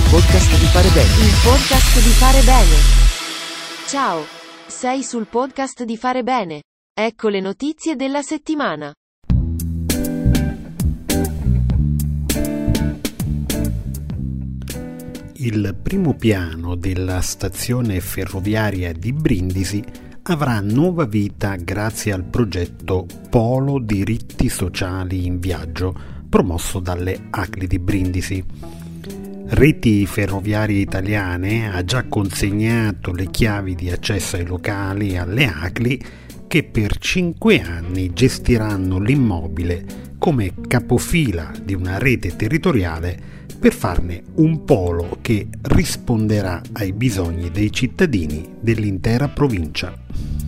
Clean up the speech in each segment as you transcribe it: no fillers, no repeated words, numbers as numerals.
podcast di fare bene. Il podcast di fare bene. Ciao, sei sul podcast di fare bene. Ecco le notizie della settimana. Il primo piano della stazione ferroviaria di Brindisi avrà nuova vita grazie al progetto Polo Diritti Sociali in Viaggio, promosso dalle ACLI di Brindisi. Reti Ferroviarie Italiane ha già consegnato le chiavi di accesso ai locali alle ACLI, che per 5 anni gestiranno l'immobile come capofila di una rete territoriale per farne un polo che risponderà ai bisogni dei cittadini dell'intera provincia.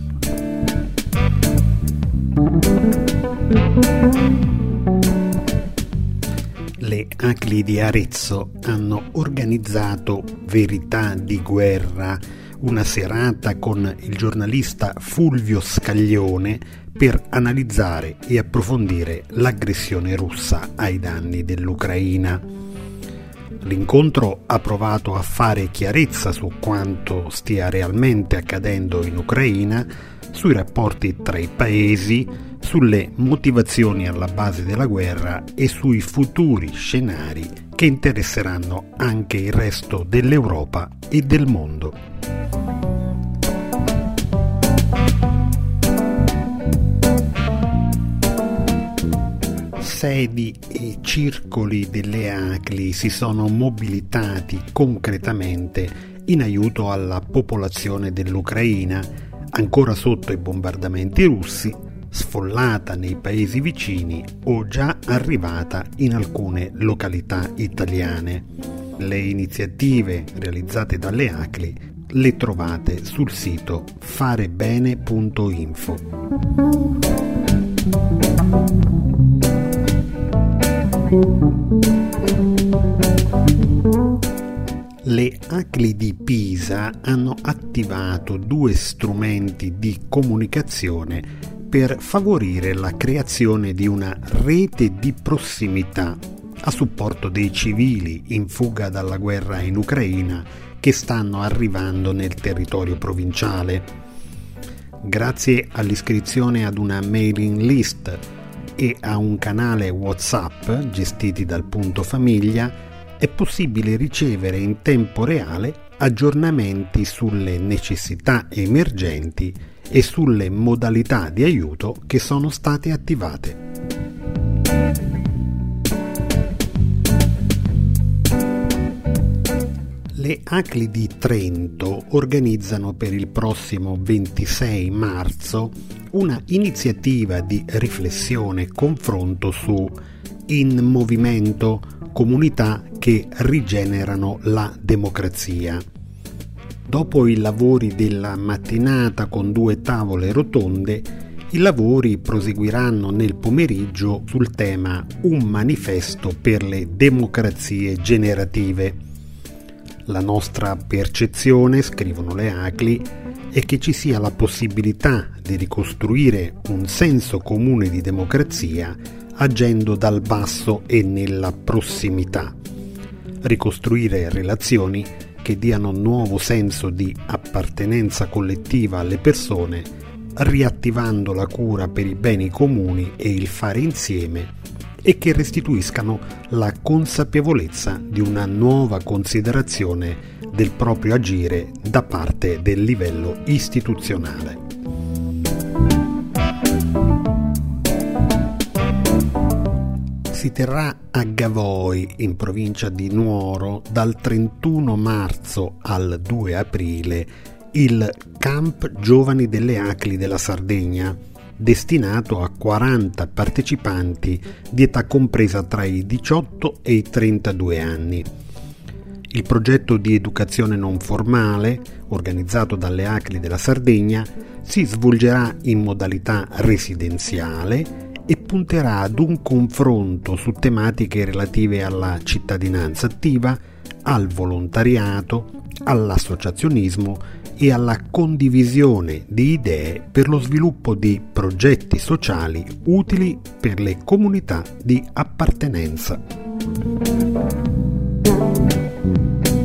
Le ACLI di Arezzo hanno organizzato Verità di Guerra, una serata con il giornalista Fulvio Scaglione per analizzare e approfondire l'aggressione russa ai danni dell'Ucraina. L'incontro ha provato a fare chiarezza su quanto stia realmente accadendo in Ucraina, sui rapporti tra i paesi, sulle motivazioni alla base della guerra e sui futuri scenari che interesseranno anche il resto dell'Europa e del mondo. Sedi e circoli delle ACLI si sono mobilitati concretamente in aiuto alla popolazione dell'Ucraina, ancora sotto i bombardamenti russi, sfollata nei paesi vicini o già arrivata in alcune località italiane. Le iniziative realizzate dalle ACLI le trovate sul sito farebene.info. Le ACLI di Pisa hanno attivato 2 strumenti di comunicazione per favorire la creazione di una rete di prossimità a supporto dei civili in fuga dalla guerra in Ucraina che stanno arrivando nel territorio provinciale. Grazie all'iscrizione ad una mailing list e a un canale WhatsApp gestiti dal Punto Famiglia è possibile ricevere in tempo reale aggiornamenti sulle necessità emergenti e sulle modalità di aiuto che sono state attivate. Le ACLI di Trento organizzano per il prossimo 26 marzo una iniziativa di riflessione e confronto su In Movimento, comunità che rigenerano la democrazia. Dopo i lavori della mattinata con 2 tavole rotonde, i lavori proseguiranno nel pomeriggio sul tema Un manifesto per le democrazie generative. La nostra percezione, scrivono le ACLI, è che ci sia la possibilità di ricostruire un senso comune di democrazia agendo dal basso e nella prossimità. Ricostruire relazioni che diano nuovo senso di appartenenza collettiva alle persone, riattivando la cura per i beni comuni e il fare insieme, e che restituiscano la consapevolezza di una nuova considerazione del proprio agire da parte del livello istituzionale. Si terrà a Gavoi, in provincia di Nuoro, dal 31 marzo al 2 aprile il Camp Giovani delle ACLI della Sardegna, destinato a 40 partecipanti di età compresa tra i 18 e i 32 anni. Il progetto di educazione non formale, organizzato dalle ACLI della Sardegna, si svolgerà in modalità residenziale e punterà ad un confronto su tematiche relative alla cittadinanza attiva, al volontariato, all'associazionismo e alla condivisione di idee per lo sviluppo di progetti sociali utili per le comunità di appartenenza.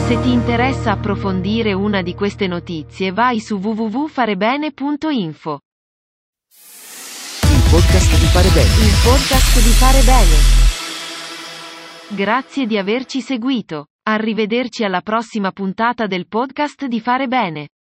Se ti interessa approfondire una di queste notizie, vai su www.farebene.info. Il podcast di Fare Bene. Il podcast di Fare Bene. Grazie di averci seguito. Arrivederci alla prossima puntata del podcast di Fare Bene.